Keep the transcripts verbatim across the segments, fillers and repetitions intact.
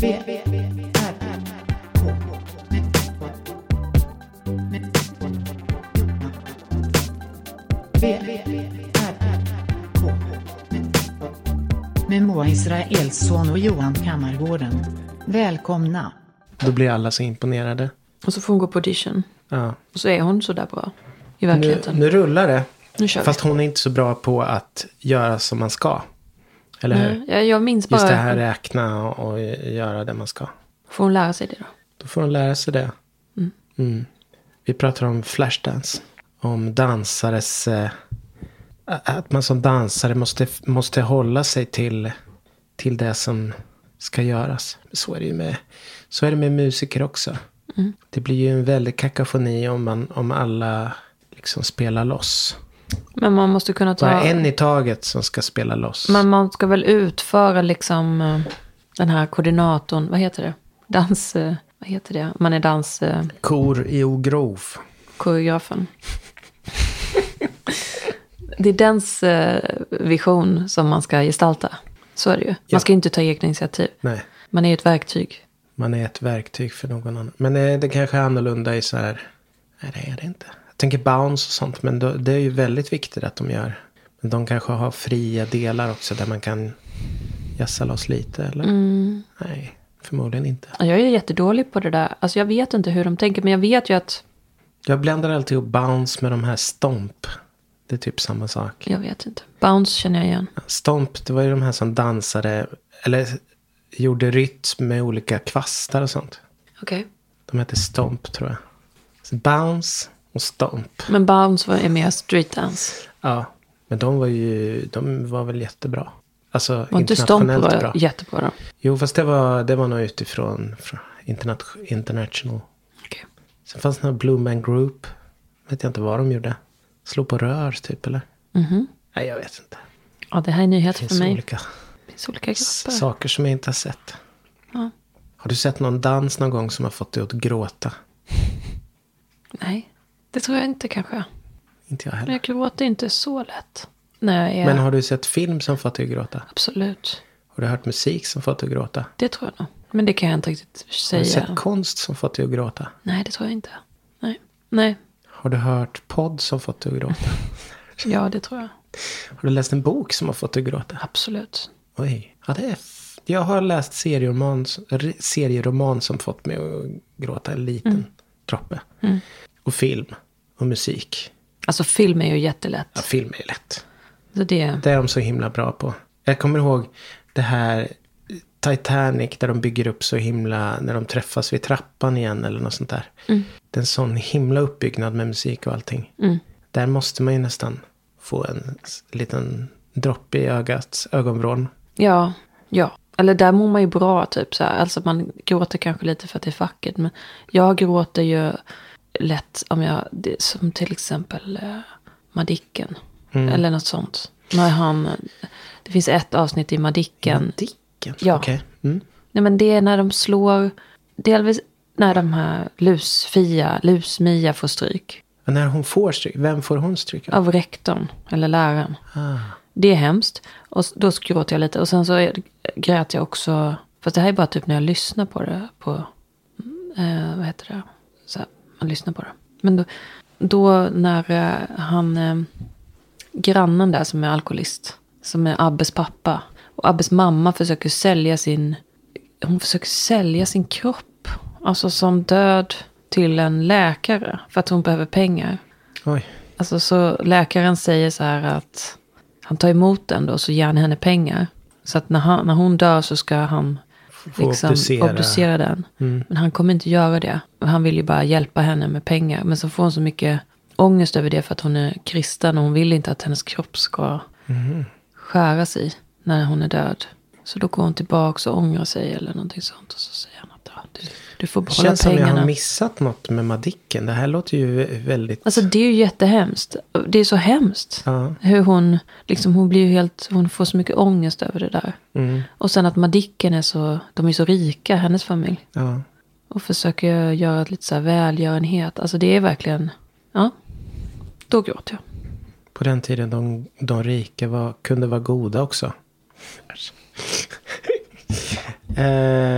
Med Moa Israelsson och Johan Kammargården. Välkomna. Då blir alla så imponerade. Och så får hon gå på audition. Ja. Och så är hon så där bra i verkligheten. Nu, nu rullar det. Nu kör Fast vi. hon är inte så bra på att göra som man ska. Eller hur? Nej, jag, jag minns bara... Just det här räkna och, och göra det man ska. Får hon lära sig det då? Då får hon lära sig det. Mm. Mm. Vi pratar om Flashdance. Om dansares... Eh, att man som dansare måste, måste hålla sig till, till det som ska göras. Så är det ju med, så är det med musiker också. Mm. Det blir ju en väldig kakafoni om, man, om alla liksom spelar loss. Men man måste kunna ta... Bara en i taget som ska spela loss. Men man ska väl utföra liksom uh, den här koordinatorn, vad heter det? Dans, uh, vad heter det? Man är dans... Uh, Kor i ogrov. Koreografen. Det är dens uh, vision som man ska gestalta. Så är det ju. Man Ja. ska inte ta egna initiativ. Nej, Man är ju ett verktyg. man är ett verktyg för någon annan. Men det, det kanske är annorlunda i så här... Nej, det är det inte. Jag tänker bounce och sånt, men då, det är ju väldigt viktigt att de gör. Men de kanske har fria delar också där man kan jassa loss lite, eller? Mm. Nej, förmodligen inte. Jag är jättedålig på det där. Alltså jag vet inte hur de tänker, men jag vet ju att... Jag blandar alltid ihop bounce med de här stomp. Det är typ samma sak. Jag vet inte. Bounce känner jag igen. Stomp, det var ju de här som dansade, eller gjorde rytm med olika kvastar och sånt. Okej. Okay. De heter stomp, tror jag. Så bounce och stomp. Men bounce var är mer street dance. Ja, men de var ju, de var väl jättebra. Alltså var inte stomp internationellt var bra. Jättebra då? Jo, fast det var, det var nog utifrån från interna- international. Okay. Sen fanns det några Blue Man Group. Vet jag inte vad de gjorde. Slå på rör typ, eller? Mhm. Nej, jag vet inte. Ja, det här är nyhet Det finns för mig. olika, Det finns olika grupper. saker som jag inte har sett. Ja. Har du sett någon dans någon gång som har fått dig att gråta? Nej, det tror jag inte kanske. Inte jag Men heller. jag gråter inte så lätt. Nej, jag... Men har du sett film som fått dig att gråta? Absolut. Har du hört musik som fått dig att gråta? Det tror jag nog. Men det kan jag inte riktigt Har säga. du sett konst som fått dig att gråta? Nej, det tror jag inte. Nej. Nej. Har du hört podd som fått dig att gråta? Ja, det tror jag. Har du läst en bok som har fått dig att gråta? Absolut. Oj. Ja, det är f- jag har läst serieroman, serieroman som fått mig att gråta en liten Mm. droppe. Mm. Och film. Och musik. Alltså film är ju jättelätt. Ja, film är lätt. Så det... Det är de så himla bra på. Jag kommer ihåg det här Titanic där de bygger upp så himla, när de träffas vid trappan igen eller något sånt där. Mm. Det är en sån himla uppbyggnad med musik och allting. Mm. Där måste man ju nästan få en liten droppe i ögat, ögonvrån. Ja, ja. Eller där mår man ju bra typ så här. Alltså man gråter kanske lite för att det är facket. Men jag gråter ju lätt om jag, det, som till exempel eh, Madicken. Mm. Eller något sånt. När han, det finns ett avsnitt i Madicken. Madicken? Ja. Okej. Okay. Mm. Nej men det är när de slår, delvis när de här Lusfia, Lusmia får stryk. Och när hon får stryk, vem får hon stryk av? Av rektorn, eller läraren. Ah. Det är hemskt. Och då gråter jag lite. Och sen så är, grät jag också. Fast det här är bara typ när jag lyssnar på det. På, eh, vad heter det? Så här, man lyssnar på det. Men då, då när eh, han, eh, grannen där som är alkoholist. Som är Abbes pappa. Och Abbes mamma försöker sälja sin, hon försöker sälja sin kropp. Alltså som död till en läkare. För att hon behöver pengar. Oj. Alltså så läkaren säger så här att han tar emot den då så ger han henne pengar. Så att när, han, när hon dör så ska han Få liksom obducera. obducera den. Mm. Men han kommer inte göra det. Han vill ju bara hjälpa henne med pengar. Men så får hon så mycket ångest över det för att hon är kristen. Och hon vill inte att hennes kropp ska Mm. skäras i när hon är död. Så då går hon tillbaka och ångrar sig eller någonting sånt. Och så säger han att ja, du, du får Det behålla känns som jag pengarna. har missat något med Madicken. Det här låter ju väldigt... Alltså det är ju jättehemskt. Det är så hemskt. Ja. Hur hon, liksom hon blir ju helt, hon får så mycket ångest över det där. Mm. Och sen att Madicken är så, de är så rika, hennes familj. Ja. Och försöker göra lite så här välgörenhet. Alltså det är verkligen, ja, då gråter jag. På den tiden de, de rika var, kunde vara goda också. eh,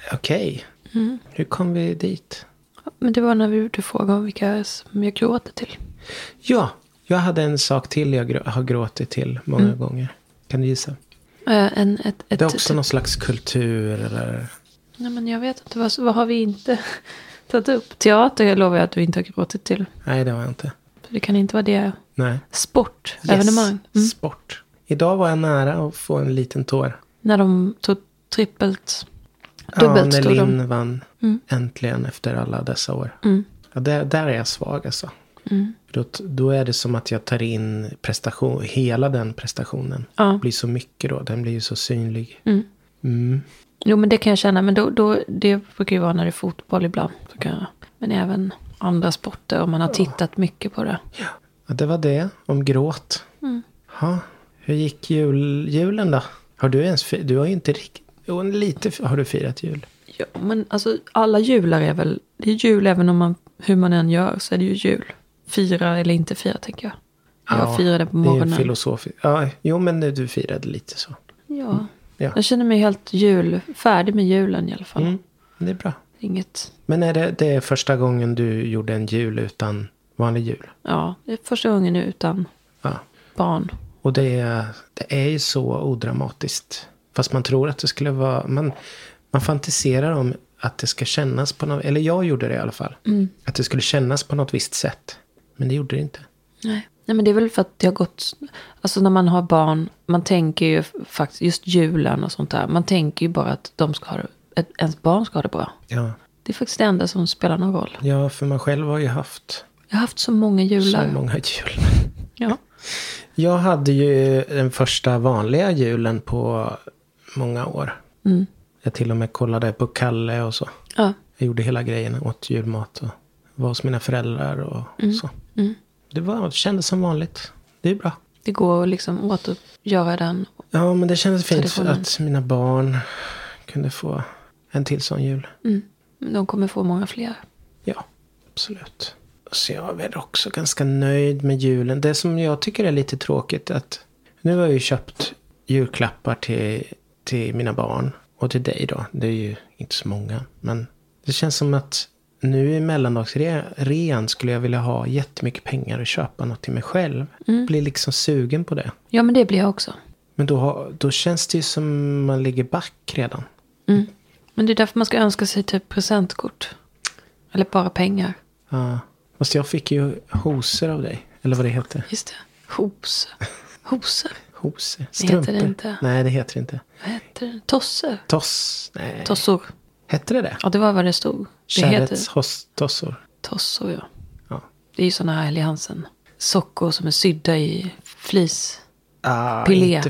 Okej. Mm. Hur kom vi dit? Men det var när vi, du frågade om vilka som jag gråter till. Ja, jag hade en sak till jag grå, har gråtit till många Mm. gånger. Kan du gissa? Äh, en, ett, ett, Det är också typ, någon slags kultur eller... Nej, men jag vet inte. Vad, vad har vi inte tagit upp? Teater lovar jag att du inte har gråtit till. Nej, det var jag inte. Det kan inte vara det. Nej. Sport, Yes, evenemang. Mm. sport. Idag var jag nära att få en liten tår. När de tog trippelt, Ja, dubbelt när stod Linn de. vann Mm. äntligen efter alla dessa år. Mm. Ja, där, där är jag svag alltså. Mm. Då, då är det som att jag tar in prestation, hela den prestationen. Ja. Det blir så mycket då, den blir ju så synlig. Mm. Mm. Jo, men det kan jag känna. Men då, då, det brukar ju vara när det är fotboll ibland. Så kan jag, men även andra sporter om man har tittat mycket på det. Ja, det var det om gråt. Mm. Ha, hur gick jul, julen då? Har du ens fi- du har ju inte riktigt, jo, lite har du firat jul. Ja, men alltså alla jular är väl, det är jul även om man, hur man än gör så är det ju jul. Fira eller inte fira tänker jag. Jag Ja, firade på det är morgonen. en filosofi. Ja, jo men du firade lite så. Ja. Ja. Jag känner mig helt jul, färdig med julen i alla fall. Mm, det är bra. Inget, Men är det, det är första gången du gjorde en jul utan vanlig jul? ja, det är första gången nu utan Ja. barn. Och det är, det är ju så odramatiskt. Fast man tror att det skulle vara... Man, man fantiserar om att det ska kännas på något... Eller jag gjorde det i alla fall. Mm. Att det skulle kännas på något visst sätt. Men det gjorde det inte. Nej. Nej, men det är väl för att det har gått, alltså när man har barn, man tänker ju faktiskt, just julen och sånt där, man tänker ju bara att de ska ha det, att ens barn ska ha det bra. Ja. Det är faktiskt det enda som spelar någon roll. Ja, för man själv har ju haft Jag har haft så många jular. så många jul. Ja. Jag hade ju den första vanliga julen på många år. Mm. Jag till och med kollade på Kalle och så. Ja. Jag gjorde hela grejen, åt julmat och var hos mina föräldrar och Mm. så. Mm. Det, var, det kändes som vanligt. Det är bra. Det går att liksom återgöra den. Ja, men det kändes fint Traditionen. att mina barn kunde få en till sån jul. Mm. De kommer få många fler. Ja, absolut. Så jag är väl också ganska nöjd med julen. Det som jag tycker är lite tråkigt att nu har jag ju köpt julklappar till, till mina barn och till dig då. Det är ju inte så många. Men det känns som att nu i mellandagsrean skulle jag vilja ha jättemycket pengar och köpa något till mig själv. Mm. Blir liksom sugen på det. Ja, men det blir jag också. Men då, har, då känns det ju som man ligger back redan. Mm. Men det är därför man ska önska sig typ presentkort. Eller bara pengar. Ja. Fast jag fick ju hoser av dig. Eller vad det heter. Just det. Hose. Hoser. Hoser. Det Strumpor. heter det inte. Nej, det heter det inte. Vad heter det? Tosser. Toss. Nej. Tossor. Hette det det? Ja, det var vad det stod. Det heter Kärrets hos- tossor. tossor, ja. Ja. Det är ju såna här Helly Hansen. Sockor som är sydda i flis. Ah, Pilé. inte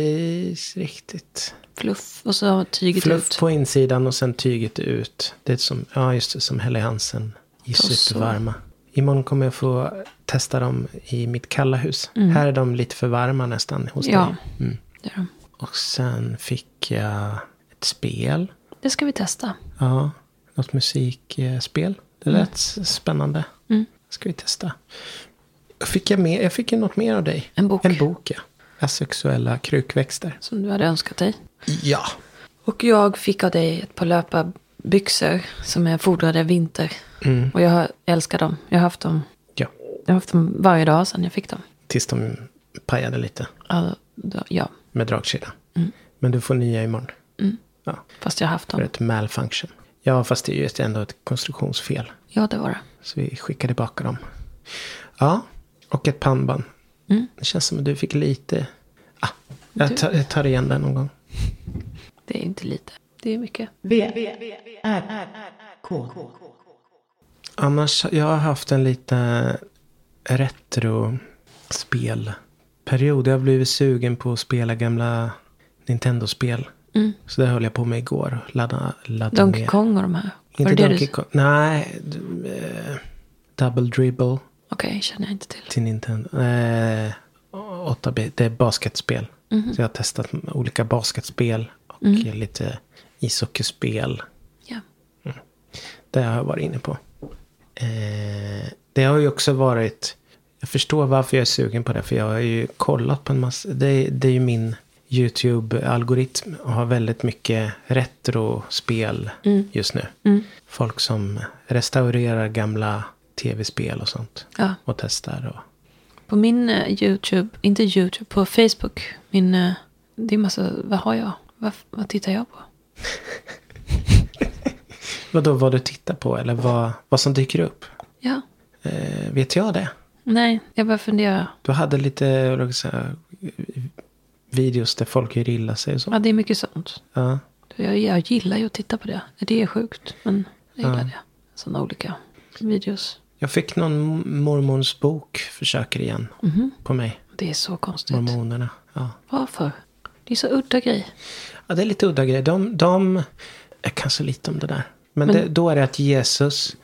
flis riktigt. Fluff. Och så har tyget Fluff ut. på insidan och sen tyget ut. Det är som, ja just det, som Helly Hansen. I Tossor. supervarma. Imorgon kommer jag få testa dem i mitt kalla hus. Mm. Här är de lite för varma nästan hos Ja. dig. Mm. Det, är de. Och sen fick jag ett spel. Det ska vi testa. Ja, något musikspel. Det lät Mm. spännande. Mm. Ska vi testa. Fick jag, mer, jag fick ju något mer av dig. En bok. En bok, ja. Asexuella krukväxter. Som du hade önskat dig. Ja. Och jag fick av dig ett par löparbyxor som är fodrade vinter. Mm. Och jag har- älskar dem. Jag har haft dem. Ja. Jag har haft dem varje dag sedan jag fick dem. Tills de pajade lite Ja, då- ja. med dragkedja. Mm. Men du får nya imorgon. Mm. Ja, Fast jag har haft för dem. ett malfunction. Ja, fast det är ju ett- ändå ett konstruktionsfel. Ja, det var det. Så vi skickar tillbaka dem. Ja, och ett pannband. Mm. Det känns som att du fick lite... Ah, jag, Du- tar, jag tar igen den någon gång. Det är inte lite. Det är mycket. V, R, K. Annars, jag har haft en lite retro-spelperiod. Jag har blivit sugen på att spela gamla Nintendo-spel. Mm. Så det höll jag på med igår. Ladda, ladda Donkey ner. Kong och de här. Var Inte det det Donkey du... Kong. Nej. d- eh, Double Dribble Okej, känner jag inte till. till Nintendo. Eh, åtta bit. Det är basketspel. Mhm. Så jag har testat olika basketspel. Och Mm. lite ishockeyspel. Ja. Det har jag varit inne på. Eh, det har ju också varit... Jag förstår varför jag är sugen på det. För jag har ju kollat på en massa... Det, det är ju min YouTube-algoritm har väldigt mycket retrospel Mm. just nu. Mm. Folk som restaurerar gamla tv-spel och sånt. Ja. Och testar. Och... På min uh, YouTube, inte YouTube, på Facebook. Min, uh, det är massa, vad har jag? Vad, vad tittar jag på? Vadå, vad du tittar på? Eller vad, vad som dyker upp? Ja. Eh, vet jag det? Nej, jag bara funderar. Du hade lite vad ska jag säga, videos där folk gör illa sig och så. Ja, det är mycket sånt. Ja. Jag, jag gillar ju att titta på det. Det är sjukt, men jag gillar Ja. det. Sådana olika videos. Jag fick någon mormons bok försöker igen Mhm. på mig. Det är så konstigt. Mormonerna. Ja. Varför? Det är så udda grej. Ja, det är lite udda grejer. De, de jag kan så lite om det där. Men, Men- det, då är det att Jesus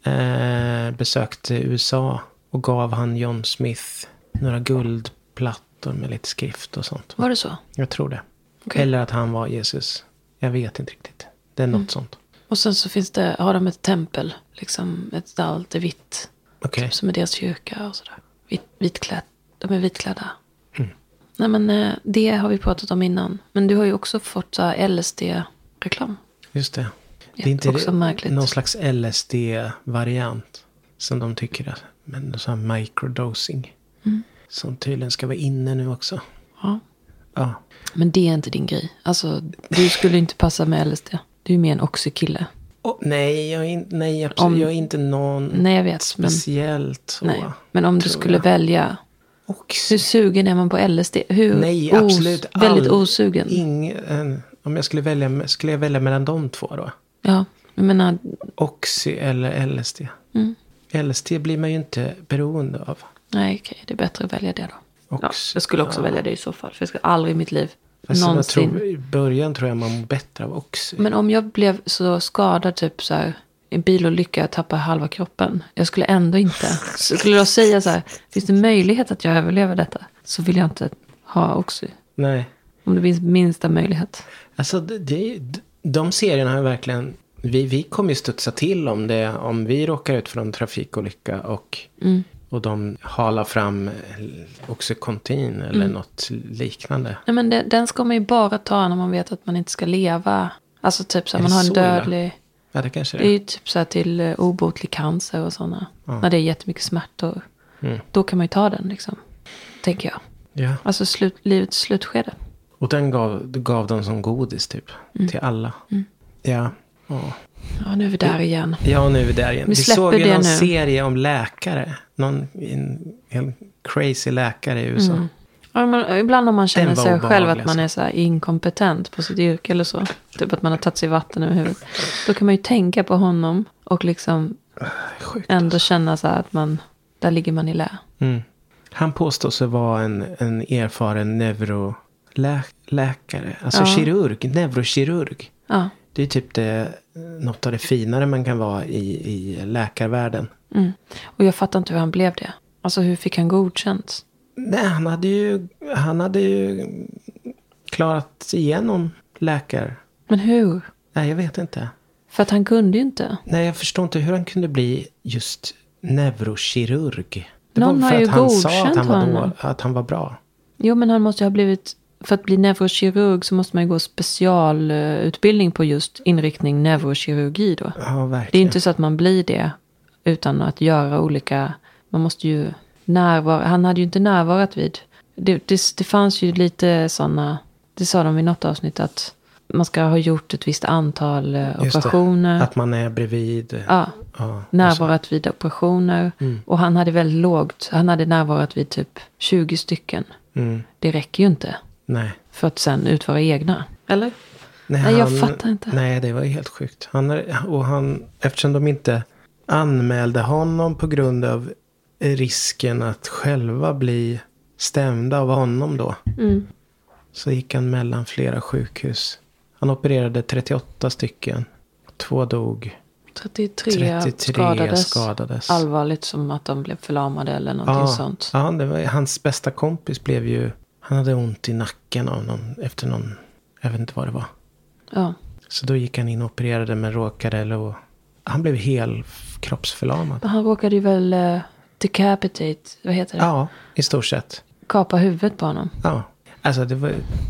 eh, besökte U S A och gav han John Smith några guldplattor med lite skrift och sånt. Var det så? Jag tror det. Okej. Eller att han var Jesus. Jag vet inte riktigt. Det är något sånt. Och sen så finns det, har de ett tempel. Liksom ett där allt är vitt. Okej. Typ som är deras kyrka och sådär. Vit, vitklädd. De är vitklädda. Mm. Nej men eh, det har vi pratat om innan. Men du har ju också fått så här L S D-reklam. Just det. Det Ja, är inte också det, märkligt. någon slags L S D-variant. Som de tycker att. Men så här microdosing. Mm. Som tydligen ska vara inne nu också. Ja. Ja. Men det är inte din grej. Alltså du skulle inte passa med L S D. Du är mer en oxykille. Oh, nej, jag är, in, nej absolut, Om- jag är inte någon Nej jag vet. Men, speciellt så. nej. men om du tror skulle jag. välja. Och Hur sugen är man på L S D? Hur nej, os- absolut. Väldigt all- osugen. Ingen, om jag skulle välja, skulle jag välja mellan de två då? Ja, jag menar. Oxy eller L S D? Mm. L S D blir man ju inte beroende av. Nej okej, det är bättre att välja det då. Ja, Oxy, jag skulle också ja. välja det i så fall. För jag ska aldrig i mitt liv Fast jag någonsin. tror, i början tror jag man mår bättre av Oxy. Men om jag blev så skadad typ så här. I en bilolycka, jag tappar halva kroppen. Jag skulle ändå inte. Så skulle jag säga så här. Finns det möjlighet att jag överlever detta? Så vill jag inte ha Oxy. Nej. Om det finns minsta möjlighet. Alltså det, det, de serierna har verkligen. Vi, vi kommer ju studsa till om det. Om vi råkar ut för en trafikolycka. Och, Mm. och de halar fram Oxycontin eller Mm. något liknande. Nej men det, den ska man ju bara ta när man vet att man inte ska leva. Alltså typ så här, Är man det har en så illa? dödlig. Ja, det kanske Det det är är. ju typ så här till uh, obotlig cancer och sådana. Ja. När det är jättemycket smärtor. Mm. Då kan man ju ta den liksom. Tänker jag. Ja. Alltså slut, livets slutskede. Och den gav, gav de som godis typ. Mm. Till alla. Mm. Ja. Ja. Ja nu är vi där igen. Ja, nu är vi där igen. Vi Vi, släpper såg ju det någon nu. serie om läkare. Någon en, en crazy läkare i U S A. Mm. Ja, men ibland om man känner Den var sig själv att obehaglig, man är så här inkompetent på sitt yrke eller så. Typ att man har tagit sig vatten över huvudet. Då kan man ju tänka på honom. Och liksom Sjukt. ändå känna så här att man, där ligger man i lä. Mm. Han påstår sig vara en, en erfaren neuroläkare. Alltså Ja. kirurg, neurokirurg. Ja. Det är typ det, något av det finare man kan vara i, i läkarvärlden. Mm. Och jag fattar inte hur han blev det. Alltså hur fick han godkänt? Nej, han hade ju, han hade ju klarat igenom läkare. Men hur? Nej, jag vet inte. För att han kunde ju inte. Nej, jag förstår inte hur han kunde bli just neurokirurg. Det Någon var har för ju att han sa godkänt att han, var honom. då, att han var bra. Jo men han måste ju ha blivit. För att bli neurokirurg så måste man ju gå specialutbildning på just inriktning neurokirurgi då. Ja, Det är verkligen. inte så att man blir det utan att göra olika. Man måste ju närvara. Han hade ju inte närvarat vid. Det, det, det fanns ju lite sådana. Det sa de i något avsnitt att man ska ha gjort ett visst antal eh, Just det. operationer. Att man är bredvid. Ja, Ja, närvarat vid operationer. Mm. Och han hade väldigt lågt. Han hade närvarat vid typ tjugo stycken. Mm. Det räcker ju inte. Nej. För att sen utföra egna. Eller? Nej, Nej, jag fattar inte. Nej, det var ju helt sjukt. Han, är- och han, eftersom de inte anmälde honom på grund av risken att själva bli stämda av honom då. Mm. Så gick han mellan flera sjukhus. Han opererade trettioåtta stycken. Två dog. trettiotre, trettiotre skadades. skadades. Allvarligt som att de blev förlamade eller någonting Ja, sånt. ja det var, hans bästa kompis blev ju... Han hade ont i nacken av någon, efter någon... Jag vet inte vad det var. Ja. Så då gick han in och opererade men råkade... Eller, han blev helt kroppsförlamad. Men han råkade ju väl uh, decapitate, vad heter det? Ja, i stort sett. Kapa huvudet på honom. Ja, alltså det var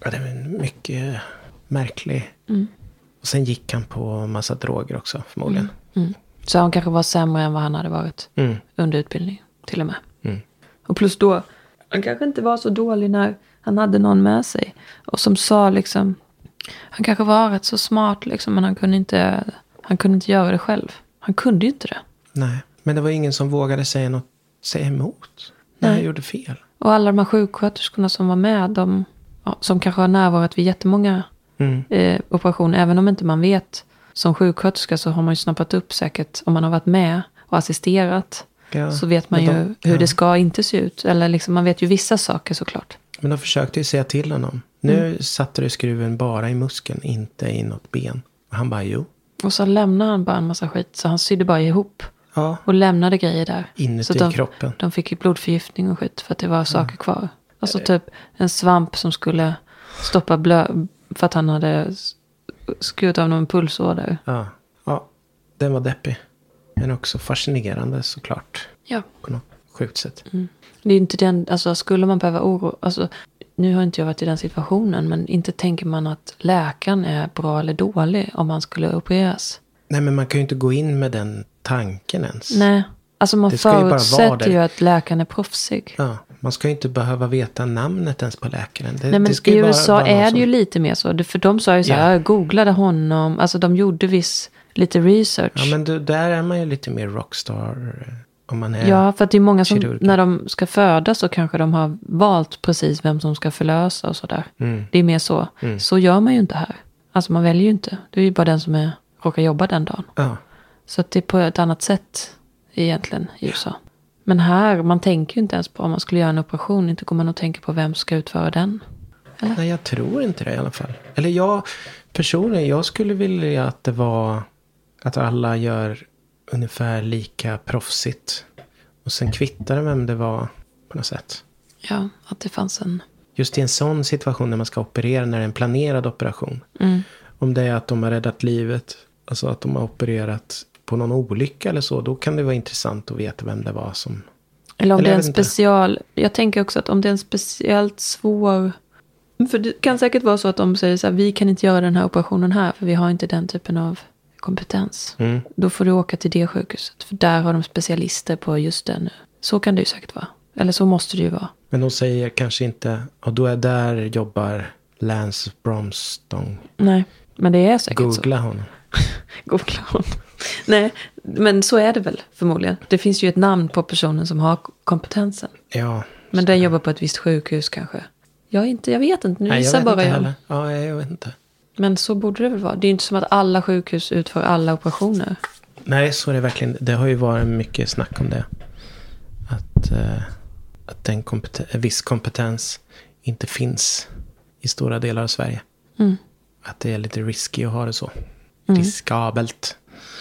Ja, det var mycket märklig. Mm. Och sen gick han på massa droger också, förmodligen. Mm. Mm. Så han kanske var sämre än vad han hade varit Mm. under utbildning, till och med. Mm. Och plus då, han kanske inte var så dålig när han hade någon med sig. Och som sa liksom, han kanske var rätt så smart liksom, men han kunde inte, han kunde inte göra det själv. Han kunde ju inte det. Nej, men det var ingen som vågade säga något, säga emot. När Nej. han gjorde fel. Och alla de här sjuksköterskorna som var med, de, ja, som kanske har närvarat vid jättemånga Mm. eh, operationer, även om inte man vet. Som sjuksköterska så har man ju snappat upp säkert, om man har varit med och assisterat. Ja, Så vet man men ju de- hur ja. det ska inte se ut. Eller liksom, man vet ju vissa saker såklart. Men de försökte ju säga till honom. Nu satte du skruven bara i muskeln, inte i något ben. Och han bara, jo. Och så lämnade han bara en massa skit. Så han sydde bara ihop. Ja, Och lämnade grejer där. inuti Så de, kroppen. de fick ju blodförgiftning och skit. För att det var saker kvar. Alltså typ en svamp som skulle stoppa blö... För att han hade s- skurit av någon pulsåder. Ja. ja, den var deppig. Men också fascinerande såklart. Ja. På något sjukt sätt. Det är inte den, alltså skulle man behöva oro, alltså nu har inte jag varit i den situationen, men inte tänker man att läkaren är bra eller dålig om man skulle opereras. Nej, men man kan ju inte gå in med den tanken ens. Nej, alltså man Det ska ju bara vara förutsätter där. ju att läkaren är proffsig. Ja, man ska ju inte behöva veta namnet ens på läkaren. Det, Nej, men det ska i ju bara U S A vara någon är det som- ju lite mer så, Det- för de sa ju så här, Ja. jag googlade honom, alltså de gjorde viss, lite research. Ja, men du, där är man ju lite mer rockstar. eh, Om man är... Ja, för att det är många som, kirurg. när de ska födas så kanske de har valt precis vem som ska förlösa och sådär. Mm. Det är mer så. Mm. Så gör man ju inte här. Alltså man väljer ju inte. Det är ju bara den som är, råkar jobba den dagen. Ja. Så att det är på ett annat sätt egentligen i U S A. Men här, man tänker ju inte ens på om man skulle göra en operation. Inte kommer man att tänka på vem som ska utföra den. Nej, jag tror inte det i alla fall. Eller jag, personligen, jag skulle vilja att det var att alla gör ungefär lika proffsigt. Och sen kvittar det vem det var på något sätt. Ja, att det fanns en... Just i en sån situation när man ska operera, när det är en planerad operation. Mm. Om det är att de har räddat livet, alltså att de har opererat på någon olycka eller så, då kan det vara intressant att veta vem det var som... Eller om Eller det är jag en vet inte. special... Jag tänker också att om det är en speciellt svår... För det kan säkert vara så att de säger så här, vi kan inte göra den här operationen här, för vi har inte den typen av kompetens. Mm. Då får du åka till det sjukhuset, för där har de specialister på just det nu. Så kan det ju säkert vara. Eller så måste det ju vara. Men de säger kanske inte, och då är där jobbar Lance Bromstong. Nej, men det är säkert Googla honom. så. Googla honom. Nej, men så är det väl förmodligen. Det finns ju ett namn på personen som har kompetensen. Ja. Men den jobbar på ett visst sjukhus kanske. Jag, inte, jag vet inte, nu Nej, jag gissar vet bara inte jag. heller. Ja, jag vet inte. Men så borde det väl vara. Det är ju inte som att alla sjukhus utför alla operationer. Nej, så är det verkligen. Det har ju varit mycket snack om det. Att, eh, att den kompeten- viss kompetens inte finns i stora delar av Sverige. Mm. Att det är lite risky att ha det så. Mm. Riskabelt.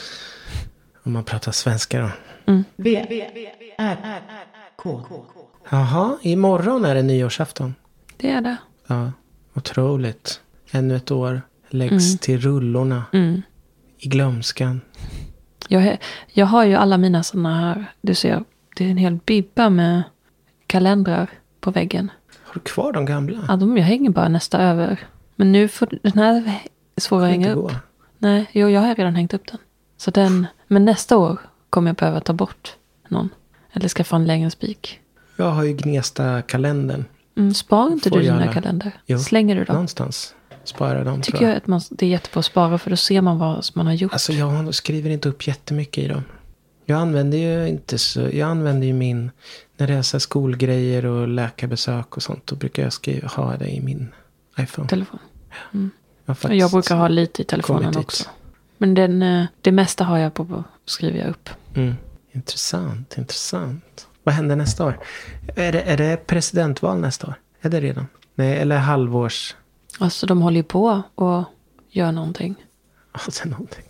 Om man pratar svenska då. V, R, K. Jaha, imorgon är det nyårsafton. Det är det. Ja, otroligt. Ännu ett år läggs Mm. till rullorna Mm. i glömskan. Jag, jag har ju alla mina sådana här, du ser, det är en hel bibba med kalendrar på väggen. Har du kvar de gamla? Ja, de jag hänger bara nästa över. Men nu får den här svåra att Kan inte hänga gå. upp. Nej, jo, jag har redan hängt upp den. Så den, men nästa år kommer jag behöva ta bort någon. Eller skaffa en längre spik. Jag har ju Gnesta-kalendern. Mm, spar inte Får du dina gärna. kalender? Jo. Slänger du dem? Någonstans sparar de, Tycker tror jag. jag att man, det är jättebra att spara, för då ser man vad man har gjort. Alltså jag skriver inte upp jättemycket i dem. Jag använder ju inte så... Jag använder ju min... När det är så här skolgrejer och läkarbesök och sånt. Då brukar jag skriva, ha det i min iPhone. Telefon. Jag, har Och faktiskt jag brukar ha lite i telefonen kommit dit. också. Men den, eh, det mesta har jag på, skriver jag upp. Mm. Intressant, intressant. Vad händer nästa år? Är det, är det presidentval nästa år? Är det redan? Nej, eller halvårs... Alltså de håller ju på och gör någonting. Alltså någonting.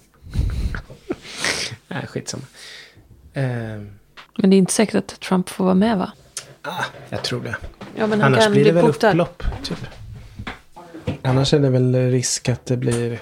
Nej, skitsamma. Ehm, Men det är inte säkert att Trump får vara med, va? ah, jag tror det. Ja, men han Annars kan blir bli det väl portad. upplopp, typ. Annars är det väl risk att det blir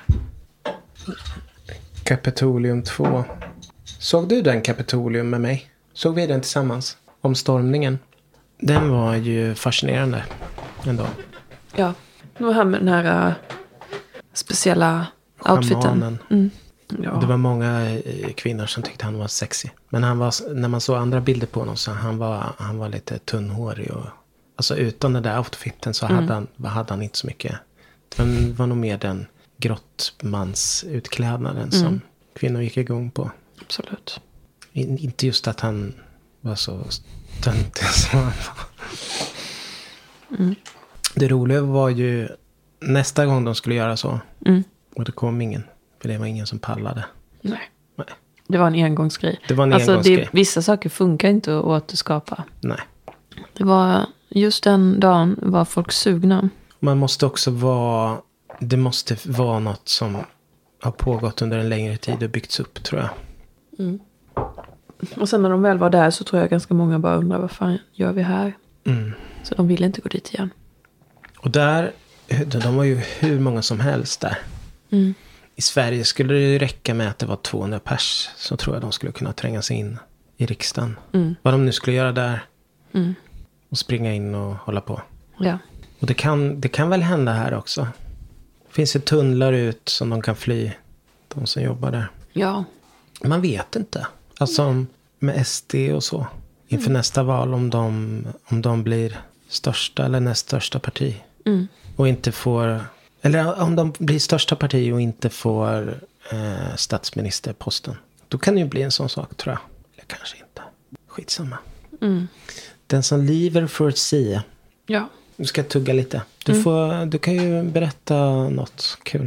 Kapitolium två. Såg du den Kapitolium med mig? Såg vi den tillsammans? Om stormningen. Den var ju fascinerande ändå. Ja. Det var här med den här uh, speciella outfiten. Schamanen. Mm. Ja. Det var många eh, kvinnor som tyckte han var sexy. Men han var, när man såg andra bilder på honom så han var, han var lite tunnhårig. Och, alltså utan den där outfiten så mm. hade, han, hade han inte så mycket. Det var, var nog mer den grottmansutklädnaden mm. som kvinnor gick igång på. Absolut. In, inte just att han var så töntig som han var. Mm. Det roliga var ju nästa gång de skulle göra så. Mm. Och det kom ingen. För det var ingen som pallade. Nej. Nej. Det var en engångsgrej. Det var en alltså, engångsgrej. Det, vissa saker funkar inte att återskapa. Nej. Det var, just den dagen var folk sugna. Man måste också vara, det måste vara något som har pågått under en längre tid och byggts upp, tror jag. Mm. Och sen när de väl var där så tror jag ganska många bara undrar, vad fan gör vi här? Mm. Så de ville inte gå dit igen. Och där, de var ju hur många som helst där. Mm. I Sverige skulle det ju räcka med att det var tvåhundra pers. Så tror jag de skulle kunna tränga sig in i riksdagen. Mm. Vad de nu skulle göra där. Mm. Och springa in och hålla på. Ja. Och det kan, det kan väl hända här också. Finns det tunnlar ut som de kan fly. De som jobbar där. Ja. Man vet inte. Alltså med S D och så. Inför mm. nästa val om de, om de blir största eller näst största parti. Mm. Och inte får... Eller om de blir största parti och inte får eh, statsministerposten. Då kan det ju bli en sån sak, tror jag. Eller kanske inte. Skitsamma. Mm. Den som lever får se. Ja. Du ska tugga lite. Du, Mm. får, du kan ju berätta något kul.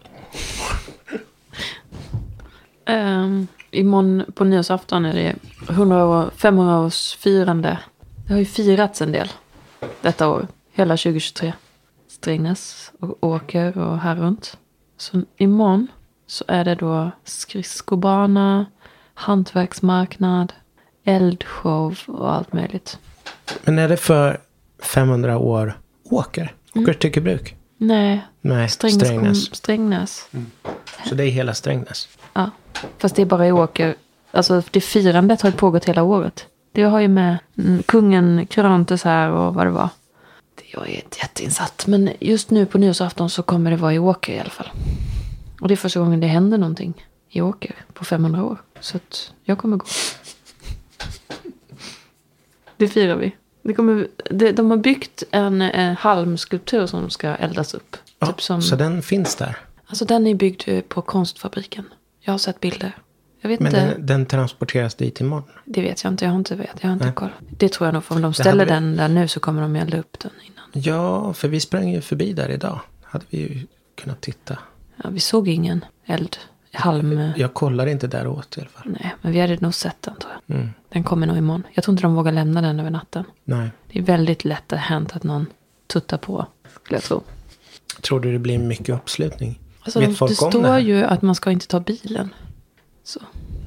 Um, imorgon på nyårsafton är det femhundra-årsfirande. Det har ju firats en del detta år. Hela tjugo tjugotre. Strängnäs och Åker och här runt. Så imorgon så är det då skridskobana, hantverksmarknad, eldshow och allt möjligt. Men är det för femhundra år Åker? Åker Mm. Tyckebruk? Nej, Nej, Strängnäs. Strängnäs. Strängnäs. Mm. Så det är hela Strängnäs? Ja, fast det är bara i Åker. Alltså det firandet har ju pågått hela året. Det har ju med mm, kungen Kröntes här och vad det var. Jag är inte jätteinsatt. Men just nu på nyårsafton så kommer det vara i Åker i alla fall. Och det är första gången det händer någonting i Åker på femhundra år. Så att jag kommer gå. Det firar vi. Det kommer, det, de har byggt en, en halmskulptur som ska eldas upp. Ja, typ som, så den finns där? Alltså den är byggd på Konstfabriken. Jag har sett bilder. Jag vet Men inte. den, den transporteras dit imorgon? Det vet jag inte. Jag har inte vet. Jag har inte Nej. koll. Det tror jag nog. För om de ställer vi... den där nu så kommer de elda upp den innan. Ja, för vi sprang ju förbi där idag. Hade vi ju kunnat titta. Ja, vi såg ingen eld. Halm. Jag kollar inte där åt i alla fall. Nej, men vi hade nog sett den tror jag. Mm. Den kommer nog imorgon. Jag tror inte de vågar lämna den över natten. Nej. Det är väldigt lätt att hänt att någon tuttar på. Skulle jag tro. Tror du det blir mycket uppslutning? Alltså, Vet de, folk det om står det här? ju att man ska inte ta bilen. Så.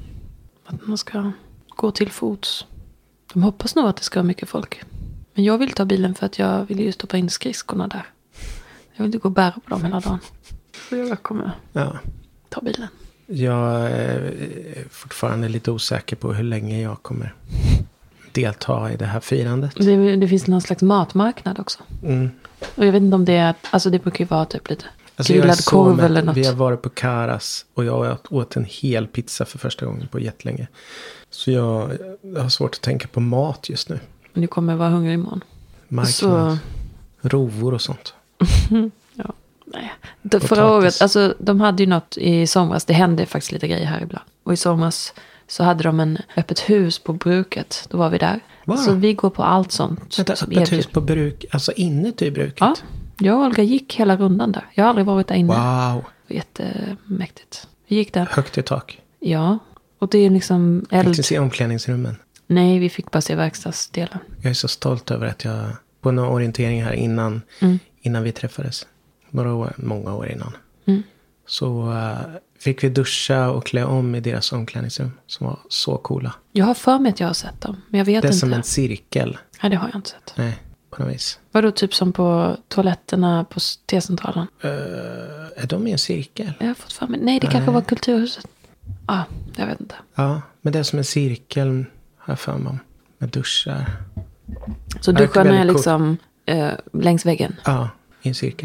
Att man ska gå till fots. De hoppas nog att det ska vara mycket folk. Men jag vill ta bilen för att jag vill ju stoppa in skridskorna där. Jag vill inte gå och bära på dem hela dagen. Så jag kommer Ja. ta bilen. Jag är fortfarande lite osäker på hur länge jag kommer delta i det här firandet. Det, det finns någon slags matmarknad också. Mm. Och jag vet inte om det är... Alltså det brukar ju vara typ lite Alltså jag är grillad så korv mätt. eller något. Vi har varit på Karas och jag åt, åt en hel pizza för första gången på jättelänge. Så jag, jag har svårt att tänka på mat just nu. Men du kommer vara hungrig imorgon. Marknad, Så... rovor och sånt. ja, nej. Det, förra året, alltså de hade ju något i somras. Det hände faktiskt lite grejer här ibland. Och i somras så hade de en öppet hus på bruket. Då var vi där. Var Så vi går på allt sånt. Vänta, som öppet erbjud- hus på bruk, alltså inuti i bruket? Ja, jag och Olga gick hela rundan där. Jag har aldrig varit där inne. Wow, Det var jättemäktigt. Vi gick där. högt i tak. Ja, och det är liksom eld. Fick du se omklädningsrummen? Nej, vi fick bara se verkstadsdelen. Jag är så stolt över att jag på en orientering här innan, Mm. innan vi träffades. Några år, många år innan. Mm. Så uh, fick vi duscha och klä om i deras omklädningsrum. Som var så coola. Jag har för mig att jag har sett dem. Men jag vet Det är inte. som en cirkel. Nej, det har jag inte sett. Nej, på något vis. Vadå, typ som på toaletterna på T-centralen? Uh, är de i en cirkel? Jag har fått för mig. Nej, det Nej. kanske var Kulturhuset. Ja, ah, jag vet inte. Ja, men det är som en cirkel. Har jag för mig om. Med duschar. Så Ja, det är duscharna är väldigt liksom eh, längs väggen. Ja, i en cirkel.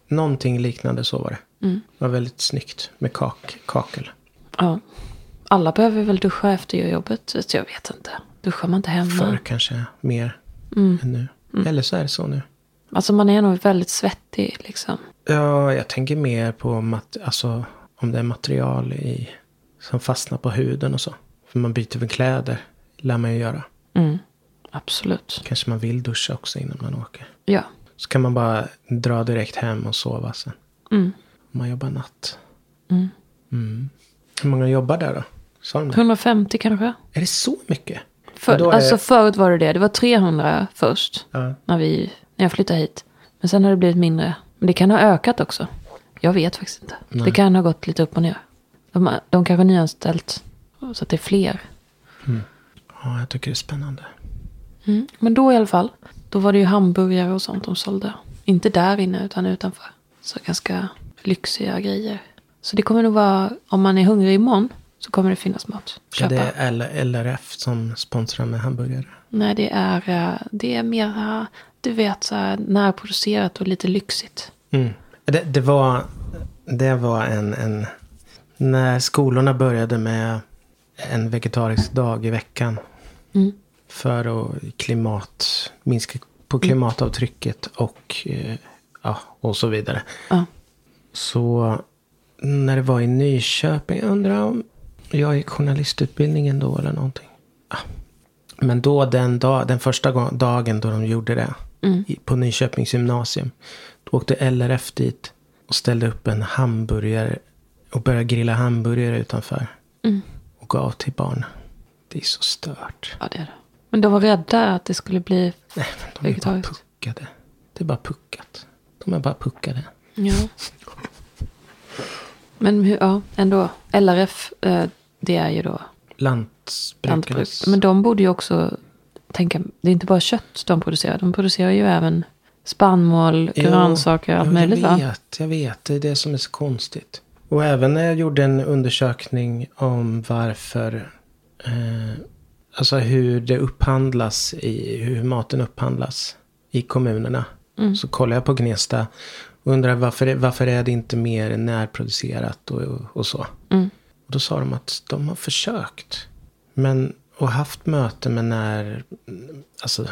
någonting liknande så var det. Mm. Det var väldigt snyggt med kak, kakel. Ja. Alla behöver väl duscha efter jobbet. Så jag vet inte. Duschar man inte hemma? Förr kanske mer Mm. än nu. Mm. Eller så är det så nu. Alltså man är nog väldigt svettig liksom. Ja, jag tänker mer på mat- alltså, om det är material i, som fastnar på huden och så. För man byter väl kläder. Lär man ju göra. Mm. Absolut. Kanske man vill duscha också innan man åker. Ja. Så kan man bara dra direkt hem och sova sen. Mm. Om man jobbar natt. Mm. Mm. Hur många jobbar där då? Sa de det? hundrafemtio kanske. Är det så mycket? För, Ja, då är alltså det- förut var det det. Det var trehundra först. Ja. När, vi, när jag flyttade hit. Men sen har det blivit mindre. Men det kan ha ökat också. Jag vet faktiskt inte. Nej. Det kan ha gått lite upp och ner. De, de kanske har nyanställt. Så att det är fler. Ja, jag tycker det är spännande. Mm. Men då i alla fall. Då var det ju hamburgare och sånt de sålde. Inte där inne utan utanför. Så ganska lyxiga grejer. Så det kommer nog vara. Om man är hungrig imorgon. Så kommer det finnas mat. Ja, Köpa. det är L- LRF som sponsrar med hamburgare. Nej, det är, eh, det är mer, eh, du vet, så här närproducerat och lite lyxigt. Mm. Det, det var, det var en, en... När skolorna började med en vegetarisk dag i veckan. Mm. För att klimat, minska på klimatavtrycket och, eh, ja, och så vidare. Ja. Så när det var i Nyköping, jag undrar om jag gick journalistutbildningen då eller någonting. Ja. Men då den, dag, den första gång, dagen då de gjorde det Mm. i, på Nyköpings gymnasium. Då åkte L R F dit och ställde upp en hamburgare och började grilla hamburgare utanför. Mm. Och gav till barn. Det är så stört. Ja, det är det. Men de var rädda att det skulle bli Nej, men de är bara vegetariskt. puckade. Det är bara puckat. De är bara puckade. Ja. Men hur, ja, ändå. L R F, eh, det är ju då Lantbrukares. lantbruk. Men de borde ju också tänka, det är inte bara kött de producerar. De producerar ju även spannmål, Jo, grönsaker, allt jo, möjligt, jag va? vet, jag vet. Det är det som är så konstigt. Och även när jag gjorde en undersökning om varför, eh, alltså hur det upphandlas, i, hur maten upphandlas i kommunerna. Mm. Så kollar jag på Gnesta och undrar varför, varför är det inte mer närproducerat och, och, och så. Mm. Och då sa de att de har försökt. Men, och haft möten med när, alltså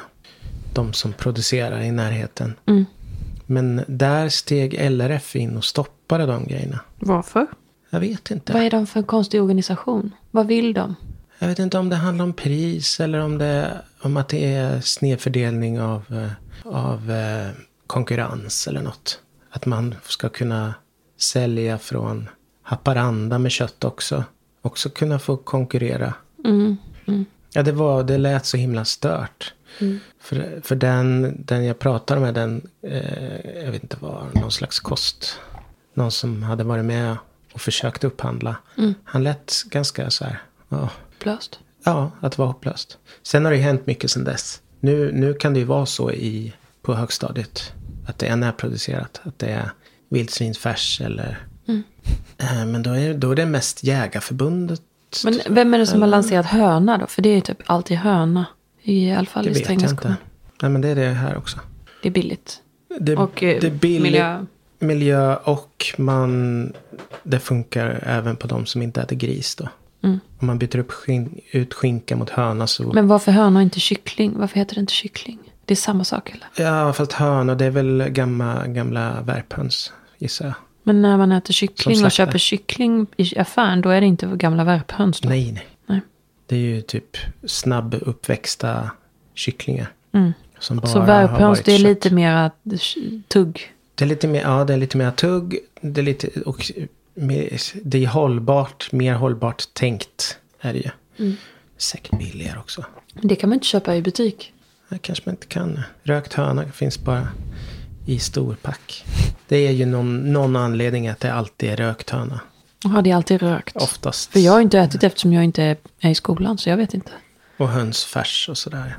de som producerar i närheten. Mm. Men där steg L R F in och stoppade de grejerna. Varför? Jag vet inte. Vad är de för en konstig organisation? Vad vill de? Jag vet inte om det handlar om pris eller om det om att det är snedfördelning av, eh, av eh, konkurrens eller något. Att man ska kunna sälja från Haparanda med kött också. Också kunna få konkurrera. Mm. Mm. Ja, det var, det lät så himla stört. Mm. För, för den, den jag pratade med, den, eh, jag vet inte vad, någon slags kost. Någon som hade varit med och försökt upphandla. Mm. Han lät ganska så här, ja, Plöst. ja, att det var hopplöst. Sen har det ju hänt mycket sedan dess. Nu, nu kan det ju vara så i, på högstadiet. Att det är närproducerat. Att det är vildsvinsfärs eller... Mm. Eh, men då är, då är det mest Jägarförbundet. Men vem är det som har lanserat höna då? För det är ju typ alltid höna. I alla fall Det i vet jag Strängnäs inte. kommun. Nej, men det är det här också. Det är billigt. Det, Och eh, det är billigt. miljö. Miljö och man, det funkar även på de som inte äter gris då. Mm. Om man byter upp skin, ut skinka mot höna så... Men varför höna och inte kyckling? Varför heter det inte kyckling? Det är samma sak eller? Ja, fast höna, det är väl gamla, gamla värphöns, gissar jag. Men när man äter kyckling Som och slaktar. köper kyckling i affären, då är det inte gamla värphöns då? Nej, nej. Nej. Det är ju typ snabb uppväxta kycklingar. Mm. Som bara Så har värphöns, varit det är kött. lite mer tugg. Det är lite mer, ja, det är lite mer tugg. Det är lite, och mer, det är hållbart, mer hållbart tänkt är det ju. Mm. Säkert billigare också. Det kan man inte köpa i butik. Det kanske man inte kan. Rökt höna finns bara i storpack. Det är ju någon, någon anledning att det alltid är rökt höna. Ja, det är alltid rökt. Oftast. För jag har inte ätit eftersom jag inte är i skolan, så jag vet inte. Och hönsfärs och sådär.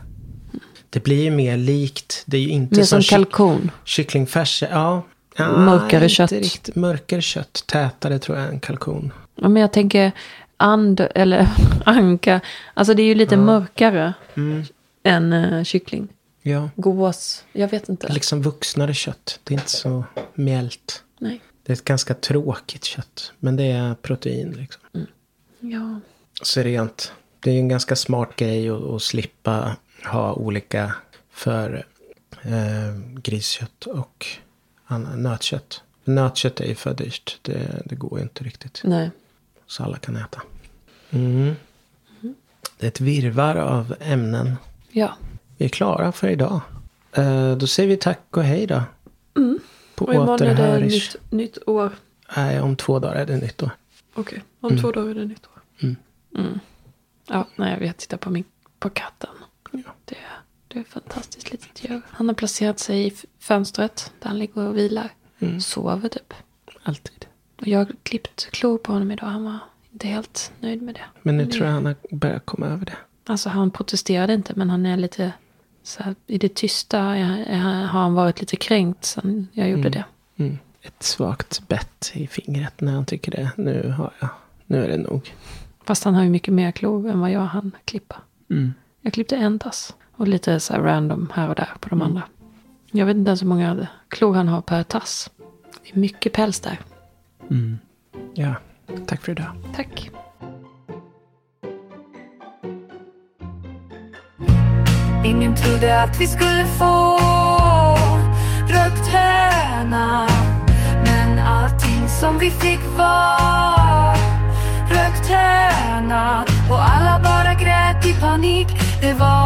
Det blir ju mer likt. Det är ju inte Mer som kyck- kalkon. kycklingfärs. Ja. ja. Mörkare inte kött. Riktigt. Mörkare kött. Tätare tror jag än kalkon. Ja, men jag tänker and eller anka. Alltså det är ju lite Ja. mörkare Mm. än uh, kyckling. Ja. Gås. Jag vet inte. Liksom vuxnare kött. Det är inte så mjält. Nej. Det är ett ganska tråkigt kött. Men det är protein liksom. Mm. Ja. Så rent. Det är en ganska smart grej att, att slippa ha olika för eh, griskött och annan, nötkött. Nötkött är ju för dyrt. Det, det går ju inte riktigt. Nej. Så alla kan äta. Mm. Mm. Det är ett virrvarr av ämnen. Ja. Vi är klara för idag. Eh, då säger vi tack och hej då. Mm. På och imorgon är det återhörs. nytt, nytt år. Nej, om två dagar är det nytt år. Okej, okay. om mm. två dagar är det nytt år. Mm. Mm. Ja, när jag vet titta på, min, på katten. Ja. Det, det är fantastiskt litet djur. Han har placerat sig i fönstret där han ligger och vilar. Mm. Sover typ. Alltid. Och jag har klippt klor på honom idag. Han var inte helt nöjd med det. Men nu tror jag han har börjat komma över det. Alltså han protesterade inte, men han är lite så här, i det tysta jag, jag, har han varit lite kränkt sen jag gjorde mm. det. Mm. Ett svagt bett i fingret när han tycker det. Nu har jag, nu är det nog. Fast han har ju mycket mer klor än vad jag hann klippa. Mm. Jag klippte en tass. Och lite så här random här och där på de mm. andra. Jag vet inte ens hur många klor han har per tass. Det är mycket päls där. Mm. Ja, tack för idag. Tack. Ingen trodde att vi skulle få rökt höna, men allting som vi fick var rökt höna. Och alla bara grät i panik. Det var